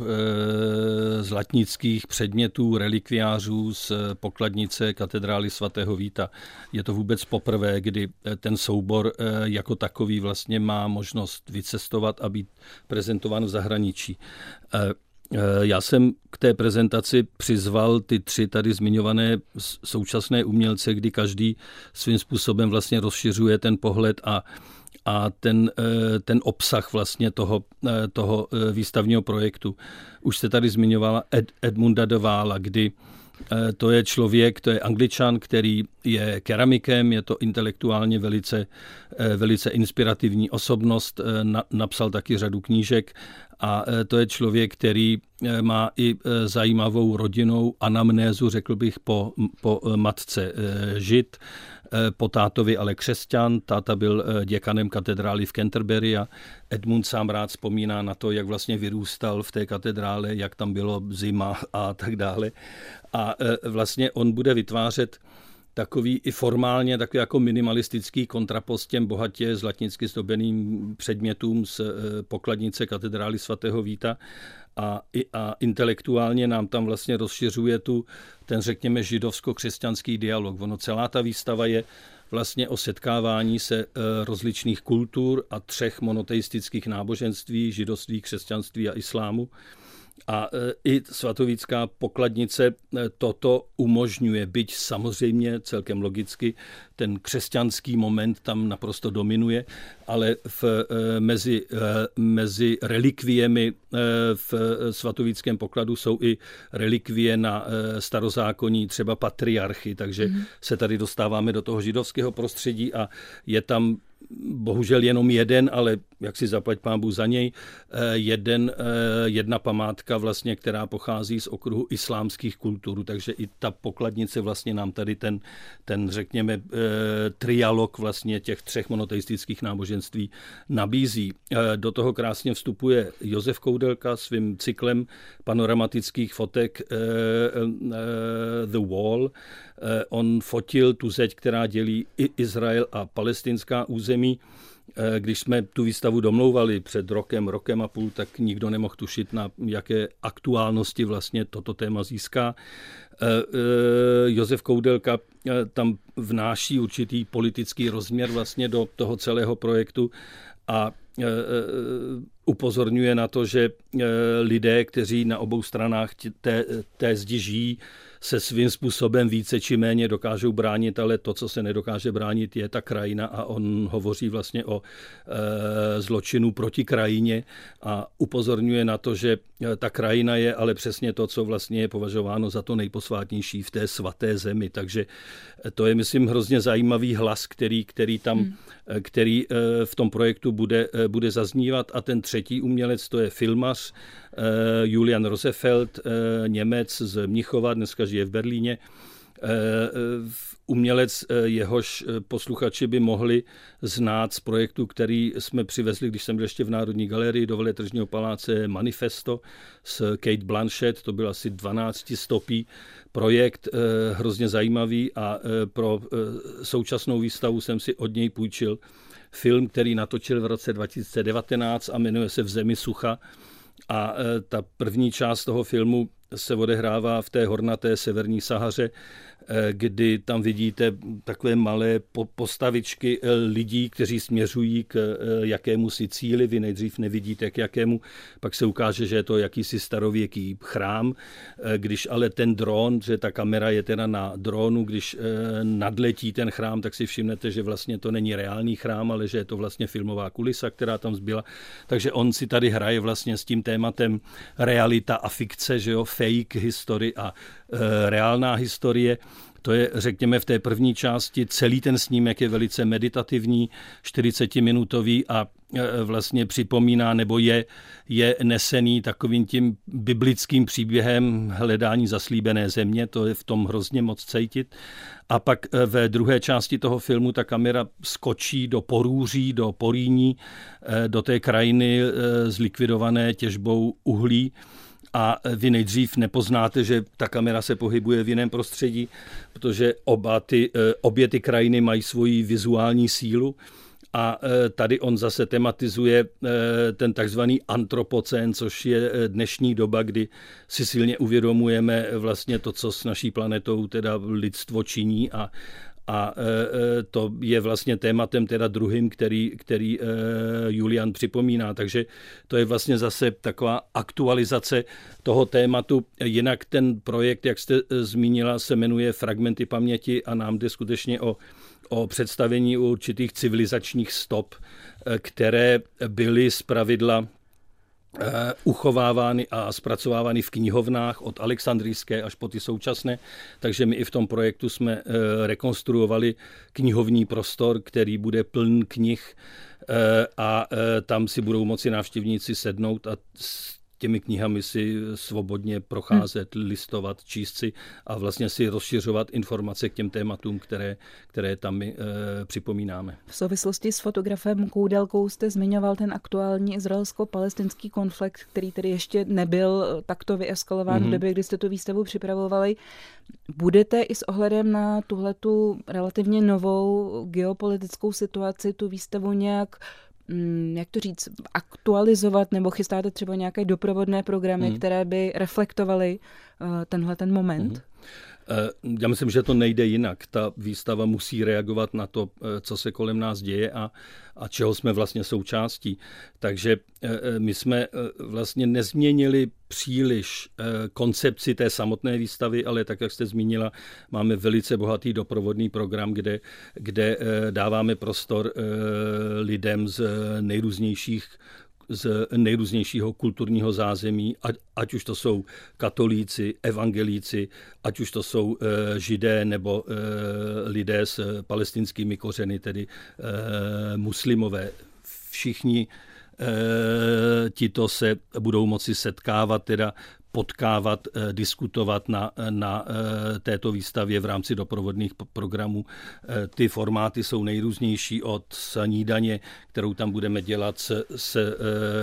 zlatnických předmětů, relikviářů z pokladnice katedrály svatého Víta. Je to vůbec poprvé, kdy ten soubor jako takový vlastně má možnost vycestovat a být prezentován v zahraničí. Já jsem k té prezentaci přizval ty tři tady zmiňované současné umělce, kdy každý svým způsobem vlastně rozšiřuje ten pohled a, a ten, ten obsah vlastně toho, toho výstavního projektu. Už se tady zmiňovala Ed, Edmunda de Waala, kdy to je člověk, to je Angličan, který je keramikem, je to intelektuálně velice, velice inspirativní osobnost, napsal taky řadu knížek a to je člověk, který má i zajímavou rodinnou anamnézu, řekl bych, po, po matce žid, po tátovi ale křesťan, táta byl děkanem katedrály v Canterbury a Edmund sám rád vzpomíná na to, jak vlastně vyrůstal v té katedrále, jak tam bylo zima a tak dále. A vlastně on bude vytvářet takový i formálně takový jako minimalistický kontrapost těm bohatě zlatnicky zdobeným předmětům z pokladnice katedrály svatého Víta a, a intelektuálně nám tam vlastně rozšiřuje tu, ten řekněme židovsko-křesťanský dialog. Ono celá ta výstava je vlastně o setkávání se rozličných kultur a třech monoteistických náboženství, židovství, křesťanství a islámu. A i svatovícká pokladnice toto umožňuje, byť samozřejmě celkem logicky ten křesťanský moment tam naprosto dominuje, ale v, mezi, mezi relikviemi v svatovíckém pokladu jsou i relikvie na starozákonní, třeba patriarchy, takže mm. se tady dostáváme do toho židovského prostředí a je tam bohužel jenom jeden, ale jak si zaplať pán Bůh za něj, jeden, jedna památka vlastně, která pochází z okruhu islámských kultur, takže i ta pokladnice vlastně nám tady ten, ten řekněme, trialog vlastně těch třech monoteistických náboženství nabízí. Do toho krásně vstupuje Josef Koudelka svým cyklem panoramatických fotek The Wall. On fotil tu zeď, která dělí i Izrael a palestinská území. Když jsme tu výstavu domlouvali před rokem, rokem a půl, tak nikdo nemohl tušit, na jaké aktuálnosti vlastně toto téma získá. Josef Koudelka tam vnáší určitý politický rozměr vlastně do toho celého projektu a upozorňuje na to, že lidé, kteří na obou stranách té, té zdi žijí, se svým způsobem více či méně dokážou bránit, ale to, co se nedokáže bránit, je ta krajina a on hovoří vlastně o e, zločinu proti krajině a upozorňuje na to, že ta krajina je ale přesně to, co vlastně je považováno za to nejposvátnější v té svaté zemi. Takže to je, myslím, hrozně zajímavý hlas, který, který tam hmm. který e, v tom projektu bude, e, bude zaznívat. A ten třetí umělec, to je filmař e, Julian Rosefeld, e, Němec z Mnichova, dneska žije v Berlíně. Umělec, jehož posluchači by mohli znát z projektu, který jsme přivezli, když jsem byl ještě v Národní galerii do Veletržního paláce, Manifesto s Kate Blanchett, to byl asi dvanáctistopý projekt, hrozně zajímavý a pro současnou výstavu jsem si od něj půjčil film, který natočil v roce dva tisíce devatenáct a jmenuje se V zemi sucha. A ta první část toho filmu se odehrává v té hornaté severní Sahaře, kdy tam vidíte takové malé postavičky lidí, kteří směřují k jakému si cíli. Vy nejdřív nevidíte k jakému, pak se ukáže, že je to jakýsi starověký chrám. Když ale ten dron, že ta kamera je teda na dronu, když nadletí ten chrám, tak si všimnete, že vlastně to není reálný chrám, ale že je to vlastně filmová kulisa, která tam zbyla. Takže on si tady hraje vlastně s tím tématem realita a fikce, že jo, fake history a e, reálná historie. To je, řekněme, v té první části. Celý ten snímek je velice meditativní, čtyřicetiminutový a e, vlastně připomíná nebo je, je nesený takovým tím biblickým příběhem hledání zaslíbené země. To je v tom hrozně moc cítit. A pak e, ve druhé části toho filmu ta kamera skočí do Porůří, do Porýní, e, do té krajiny e, zlikvidované těžbou uhlí. A vy nejdřív nepoznáte, že ta kamera se pohybuje v jiném prostředí, protože oba ty, obě ty krajiny mají svoji vizuální sílu. A tady on zase tematizuje ten takzvaný antropocén, což je dnešní doba, kdy si silně uvědomujeme vlastně to, co s naší planetou teda lidstvo činí a A to je vlastně tématem teda druhým, který, který Julian připomíná. Takže to je vlastně zase taková aktualizace toho tématu. Jinak ten projekt, jak jste zmínila, se jmenuje Fragmenty paměti a nám jde skutečně o, o představení určitých civilizačních stop, které byly zpravidla uchovávány a zpracovávány v knihovnách od alexandrijské až po ty současné. Takže my i v tom projektu jsme rekonstruovali knihovní prostor, který bude plný knih a tam si budou moci návštěvníci sednout a těmi knihami si svobodně procházet, hmm. listovat, číst si a vlastně si rozšiřovat informace k těm tématům, které, které tam my e, připomínáme. V souvislosti s fotografem Koudelkou jste zmiňoval ten aktuální izraelsko-palestinský konflikt, který tedy ještě nebyl takto vyeskalován hmm. v době, kdy jste tu výstavu připravovali. Budete i s ohledem na tuhletu relativně novou geopolitickou situaci tu výstavu nějak, jak to říct, aktualizovat, nebo chystáte třeba nějaké doprovodné programy, mm. které by reflektovaly uh, tenhle ten moment? Mm. Já myslím, že to nejde jinak. Ta výstava musí reagovat na to, co se kolem nás děje a, a čeho jsme vlastně součástí. Takže my jsme vlastně nezměnili příliš koncepci té samotné výstavy, ale tak, jak jste zmínila, máme velice bohatý doprovodný program, kde, kde dáváme prostor lidem z nejrůznějších z nejrůznějšího kulturního zázemí, ať, ať už to jsou katolíci, evangelíci, ať už to jsou e, židé nebo e, lidé s palestinskými kořeny, tedy e, muslimové. Všichni e, tito se budou moci setkávat, teda potkávat, diskutovat na, na této výstavě v rámci doprovodných programů. Ty formáty jsou nejrůznější od snídaně, kterou tam budeme dělat se, se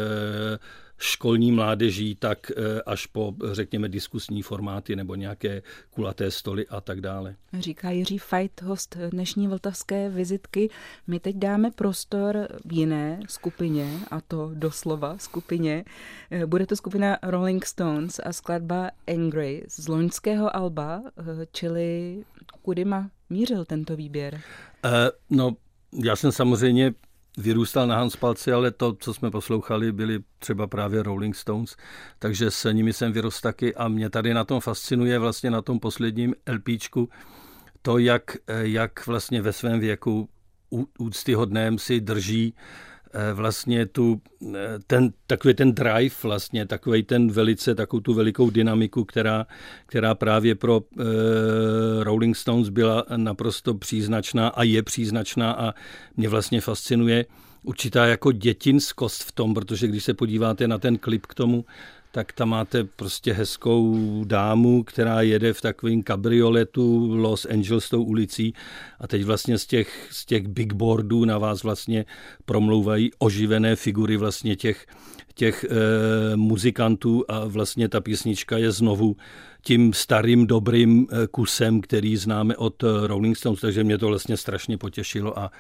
školní mládeží, tak až po, řekněme, diskusní formáty nebo nějaké kulaté stoly a tak dále. Říká Jiří Fajt, host dnešní vltavské vizitky. My teď dáme prostor v jiné skupině, a to doslova skupině. Bude to skupina Rolling Stones a skladba Angry z loňského alba, čili kudy má mířil tento výběr? Uh, no, já jsem samozřejmě vyrůstal na Hanspalci, ale to, co jsme poslouchali, byli třeba právě Rolling Stones, takže s nimi jsem vyrostl taky a mě tady na tom fascinuje vlastně na tom posledním LPčku to, jak, jak vlastně ve svém věku úctyhodném si drží vlastně tu, ten, takový ten drive vlastně, takový ten velice, takovou tu velikou dynamiku, která, která právě pro uh, Rolling Stones byla naprosto příznačná a je příznačná a mě vlastně fascinuje určitá jako dětinskost v tom, protože když se podíváte na ten klip k tomu, tak tam máte prostě hezkou dámu, která jede v takovém kabrioletu Los Angeles tou ulicí a teď vlastně z těch, z těch big boardů na vás vlastně promlouvají oživené figury vlastně těch, těch e, muzikantů a vlastně ta písnička je znovu tím starým dobrým kusem, který známe od Rolling Stones, takže mě to vlastně strašně potěšilo a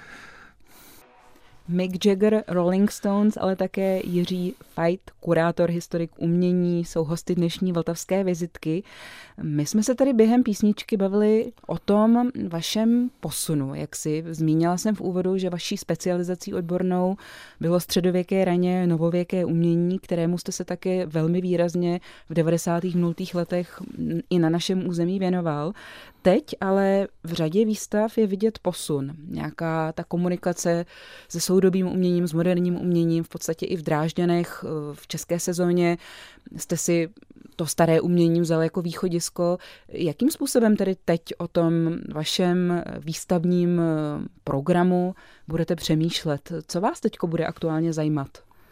Mick Jagger, Rolling Stones, ale také Jiří Fajt, kurátor, historik umění, jsou hosty dnešní vltavské vizitky. My jsme se tady během písničky bavili o tom vašem posunu. Jak si zmínila jsem v úvodu, že vaší specializací odbornou bylo středověké raně novověké umění, kterému jste se také velmi výrazně v devadesátých nultých letech i na našem území věnoval. Teď ale v řadě výstav je vidět posun. Nějaká ta komunikace se soudobým uměním, s moderním uměním, v podstatě i v Drážďanech, v české sezóně jste si to staré umění vzali jako východisko. Jakým způsobem tedy teď o tom vašem výstavním programu budete přemýšlet? Co vás teďko bude aktuálně zajímat?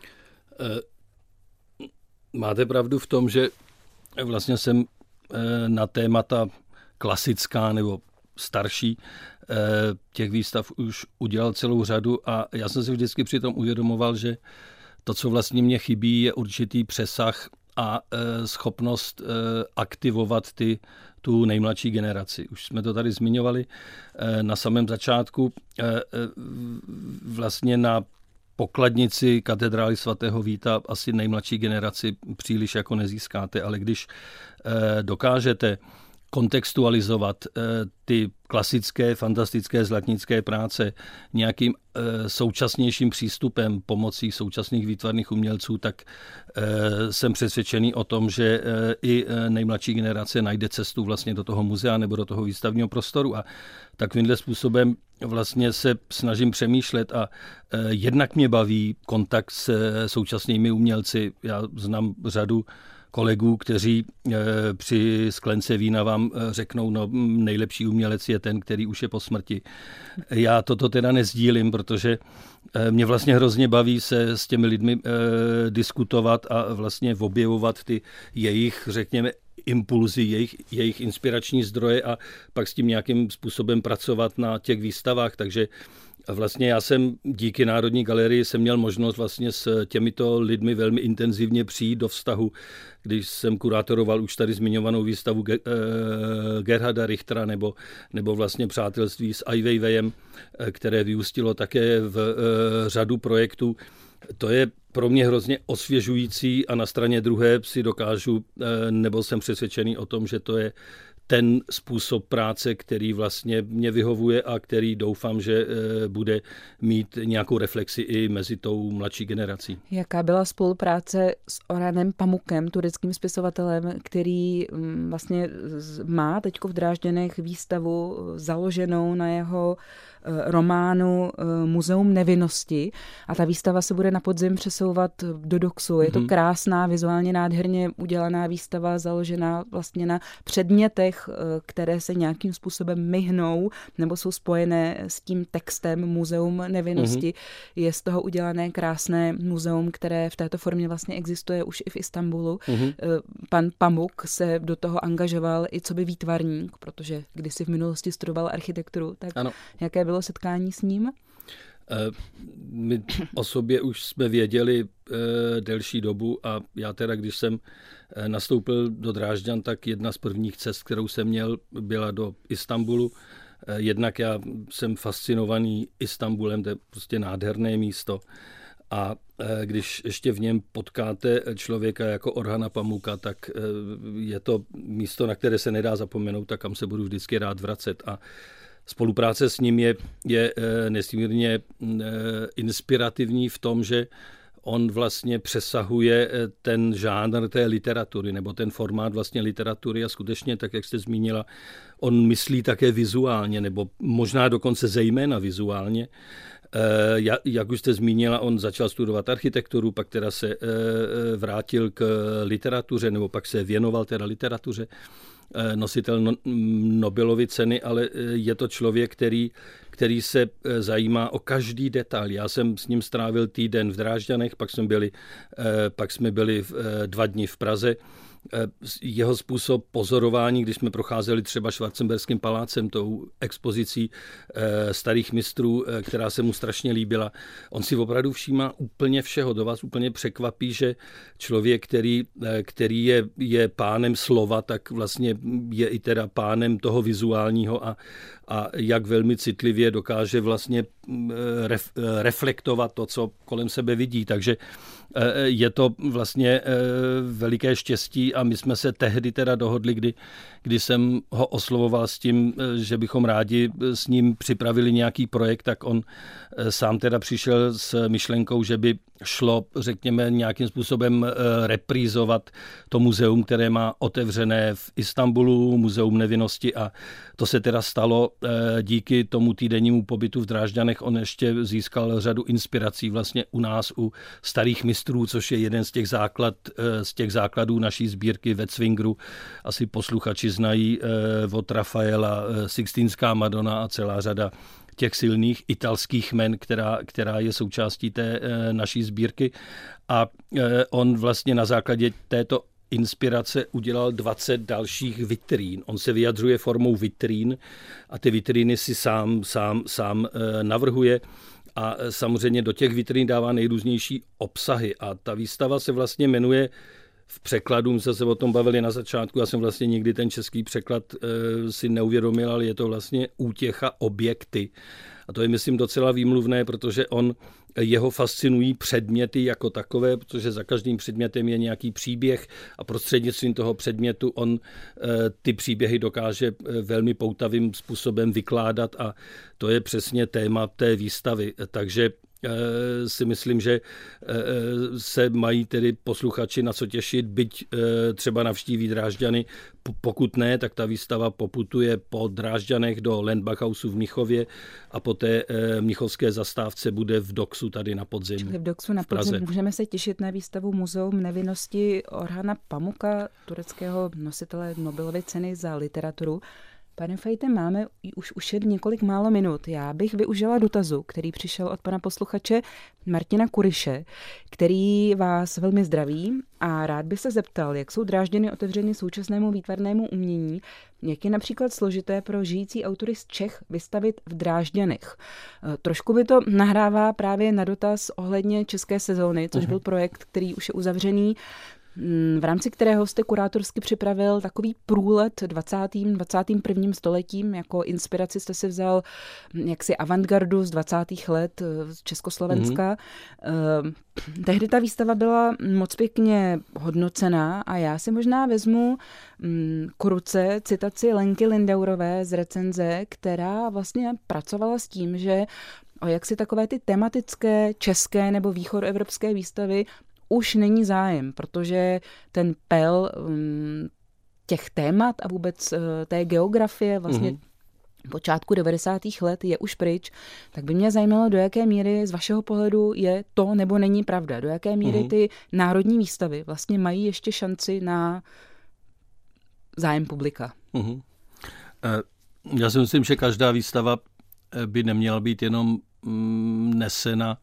Máte pravdu v tom, že vlastně jsem na témata klasická nebo starší těch výstav už udělal celou řadu a já jsem si vždycky přitom uvědomoval, že to, co vlastně mě chybí, je určitý přesah a schopnost aktivovat ty, tu nejmladší generaci. Už jsme to tady zmiňovali na samém začátku. Vlastně na pokladnici katedrály svatého Víta asi nejmladší generaci příliš jako nezískáte, ale když dokážete kontextualizovat ty klasické, fantastické zlatnické práce nějakým současnějším přístupem pomocí současných výtvarných umělců, tak jsem přesvědčený o tom, že i nejmladší generace najde cestu vlastně do toho muzea nebo do toho výstavního prostoru. A takovýmhle způsobem vlastně se snažím přemýšlet a jednak mě baví kontakt s současnými umělci. Já znám řadu kolegů, kteří při sklence vína vám řeknou, no nejlepší umělec je ten, který už je po smrti. Já toto teda nezdílím, protože mě vlastně hrozně baví se s těmi lidmi diskutovat a vlastně objevovat ty jejich, řekněme, impulzy, jejich, jejich inspirační zdroje a pak s tím nějakým způsobem pracovat na těch výstavách, takže vlastně já jsem díky Národní galerii jsem měl možnost vlastně s těmito lidmi velmi intenzivně přijít do vztahu, když jsem kurátoroval už tady zmiňovanou výstavu Gerharda Richtera nebo, nebo vlastně přátelství s Ai Weiwei, které vyústilo také v řadu projektů. To je pro mě hrozně osvěžující a na straně druhé si dokážu, nebo jsem přesvědčený o tom, že to je ten způsob práce, který vlastně mě vyhovuje a který doufám, že bude mít nějakou reflexi i mezi tou mladší generací. Jaká byla spolupráce s Orhanem Pamukem, tureckým spisovatelem, který vlastně má teďko v Drážďanech výstavu založenou na jeho románu Muzeum nevinnosti a ta výstava se bude na podzim přesouvat do Doxu. Je to krásná, vizuálně nádherně udělaná výstava, založená vlastně na předmětech, které se nějakým způsobem myhnou nebo jsou spojené s tím textem Muzeum nevinnosti. Mm-hmm. Je z toho udělané krásné muzeum, které v této formě vlastně existuje už i v Istanbulu. Mm-hmm. Pan Pamuk se do toho angažoval i coby výtvarník, protože kdysi v minulosti studoval architekturu, tak ano. Jaké bylo setkání s ním? My o sobě už jsme věděli delší dobu a já teda, když jsem nastoupil do Drážďan, tak jedna z prvních cest, kterou jsem měl, byla do Istanbulu. Jednak já jsem fascinovaný Istanbulem, to je prostě nádherné místo. A když ještě v něm potkáte člověka jako Orhana Pamuka, tak je to místo, na které se nedá zapomenout a kam se budu vždycky rád vracet. A spolupráce s ním je, je nesmírně inspirativní v tom, že on vlastně přesahuje ten žánr té literatury, nebo ten formát vlastně literatury a skutečně, tak jak jste zmínila, on myslí také vizuálně, nebo možná dokonce zejména vizuálně. Jak už jste zmínila, on začal studovat architekturu, pak teda se vrátil k literatuře, nebo pak se věnoval teda literatuře, nositel Nobelovy ceny, ale je to člověk, který, který se zajímá o každý detail. Já jsem s ním strávil týden v Drážďanech, pak jsme byli, pak jsme byli dva dny v Praze. Jeho způsob pozorování, když jsme procházeli třeba Schwarzenberským palácem, tou expozicí starých mistrů, která se mu strašně líbila, on si opravdu všímá úplně všeho. Do vás úplně překvapí, že člověk, který, který je, je pánem slova, tak vlastně je i teda pánem toho vizuálního a, a jak velmi citlivě dokáže vlastně ref, reflektovat to, co kolem sebe vidí. Takže je to vlastně veliké štěstí a my jsme se tehdy teda dohodli, kdy, kdy jsem ho oslovoval s tím, že bychom rádi s ním připravili nějaký projekt, tak on sám teda přišel s myšlenkou, že by šlo, řekněme, nějakým způsobem reprízovat to muzeum, které má otevřené v Istanbulu, Muzeum nevinnosti, a to se teda stalo díky tomu týdennímu pobytu v Drážďanech. On ještě získal řadu inspirací vlastně u nás, u starých mistrů, což je jeden z těch, základ, z těch základů naší sbírky ve Zwingru. Asi posluchači znají od Rafaela, Sixtínská Madonna a celá řada těch silných italských men, která, která je součástí té e, naší sbírky. A e, on vlastně na základě této inspirace udělal dvacet dalších vitrín. On se vyjadřuje formou vitrín a ty vitríny si sám, sám, sám e, navrhuje a samozřejmě do těch vitrín dává nejrůznější obsahy. A ta výstava se vlastně jmenuje v překladu, my jsme se o tom bavili na začátku, já jsem vlastně nikdy ten český překlad e, si neuvědomil, ale je to vlastně útěcha objekty. A to je, myslím, docela výmluvné, protože on, jeho fascinují předměty jako takové, protože za každým předmětem je nějaký příběh a prostřednictvím toho předmětu on ty příběhy dokáže velmi poutavým způsobem vykládat a to je přesně téma té výstavy. Takže si myslím, že se mají tedy posluchači na co těšit, byť třeba navštíví Drážďany. Pokud ne, tak ta výstava poputuje po Drážďanech do Landbachhausu v Mnichově a po té mnichovské zastávce bude v Doxu tady na podzim. Čili v Doxu na podzim můžeme se těšit na výstavu Muzeum nevinnosti Orhana Pamuka, tureckého nositele Nobelovy ceny za literaturu. Pane Fajte, máme už, už jen několik málo minut. Já bych využila dotazu, který přišel od pana posluchače Martina Kuriše, který vás velmi zdraví a rád by se zeptal, jak jsou Drážďany otevřeny současnému výtvarnému umění, jak je například složité pro žijící autory z Čech vystavit v Drážďanech. Trošku by to nahrává právě na dotaz ohledně české sezóny, což byl projekt, který už je uzavřený, v rámci kterého jste kurátorsky připravil takový průlet dvacátým dvacátým prvním stoletím. Jako inspiraci jste si vzal jaksi avantgardu z dvacátých let z Československa. Mm-hmm. Tehdy ta výstava byla moc pěkně hodnocená a já si možná vezmu k ruce citaci Lenky Lindaurové z recenze, která vlastně pracovala s tím, že o jaksi takové ty tematické české nebo východoevropské výstavy už není zájem, protože ten pel těch témat a vůbec té geografie vlastně mm-hmm. počátku devadesátých let je už pryč, tak by mě zajímalo, do jaké míry z vašeho pohledu je to nebo není pravda. Do jaké míry mm-hmm. ty národní výstavy vlastně mají ještě šanci na zájem publika. Mm-hmm. Já si myslím, že každá výstava by neměla být jenom nesena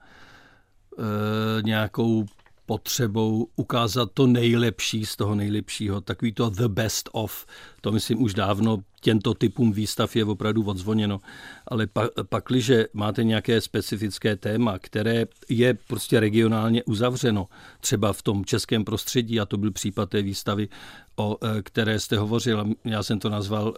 nějakou potřebou ukázat to nejlepší z toho nejlepšího. Takový to the best of, to myslím už dávno těmto typům výstav je opravdu odzvoněno. Ale pa, pakliže máte nějaké specifické téma, které je prostě regionálně uzavřeno, třeba v tom českém prostředí, a to byl případ té výstavy, o které jste hovořil, já jsem to nazval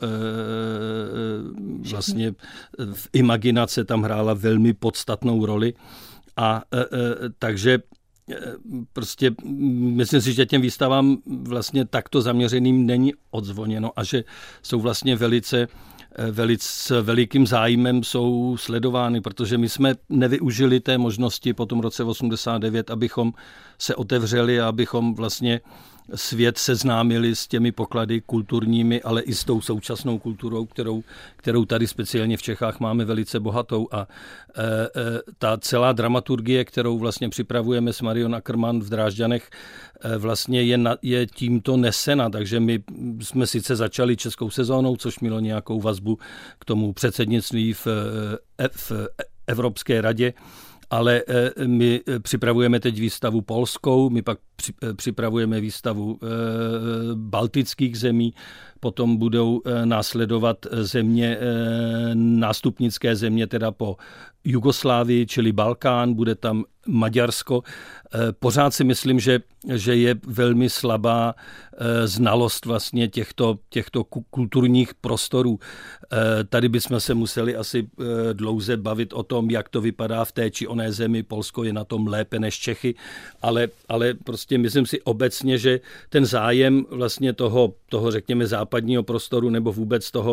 vlastně v imaginace tam hrála velmi podstatnou roli. A takže prostě myslím si, že těm výstavám vlastně takto zaměřeným není odzvoněno a že jsou vlastně velice, velice velikým zájmem jsou sledovány, protože my jsme nevyužili té možnosti po tom roce osmdesát devět, abychom se otevřeli a abychom vlastně svět seznámili s těmi poklady kulturními, ale i s tou současnou kulturou, kterou, kterou tady speciálně v Čechách máme velice bohatou. A e, e, ta celá dramaturgie, kterou vlastně připravujeme s Marion Ackermann v Drážďanech, e, vlastně je, na, je tímto nesena. Takže my jsme sice začali českou sezónou, což mělo nějakou vazbu k tomu předsednictví v, v Evropské radě, ale my připravujeme teď výstavu polskou, my pak připravujeme výstavu baltických zemí, potom budou následovat země, nástupnické země teda po Jugoslávii, čili Balkán, bude tam Maďarsko. Pořád si myslím, že, že je velmi slabá znalost vlastně těchto, těchto kulturních prostorů. Tady bychom se museli asi dlouze bavit o tom, jak to vypadá v té či oné zemi. Polsko je na tom lépe než Čechy, ale, ale prostě myslím si obecně, že ten zájem vlastně toho, toho řekněme západního prostoru nebo vůbec toho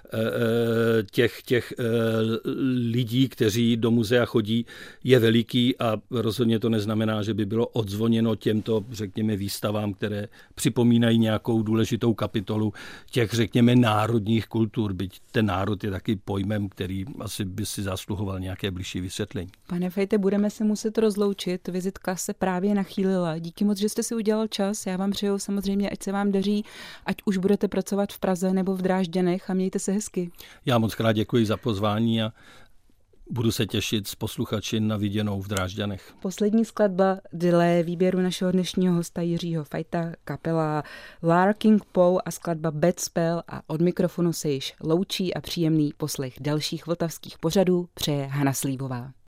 těch, těch lidí, kteří do muzea chodí, je veliký a rozhodně to neznamená, že by bylo odzvoněno těmto, řekněme, výstavám, které připomínají nějakou důležitou kapitolu těch, řekněme, národních kultur, byť ten národ je taky pojmem, který asi by si zasluhoval nějaké bližší vysvětlení. Pane Fejte, budeme se muset rozloučit, vizitka se právě nachýlila. Díky moc, že jste si udělal čas, já vám přeju samozřejmě, ať se vám daří, ať už budete pracovat v Praze nebo v Drážďanech a mějte se hezky. Já moc krát děkuji za pozvání a budu se těšit s posluchači na viděnou v Drážďanech. Poslední skladba dle výběru našeho dnešního hosta Jiřího Fajta, kapela Larking Poe a skladba Bad Spell, a od mikrofonu se již loučí a příjemný poslech dalších vltavských pořadů přeje Hana Slívová.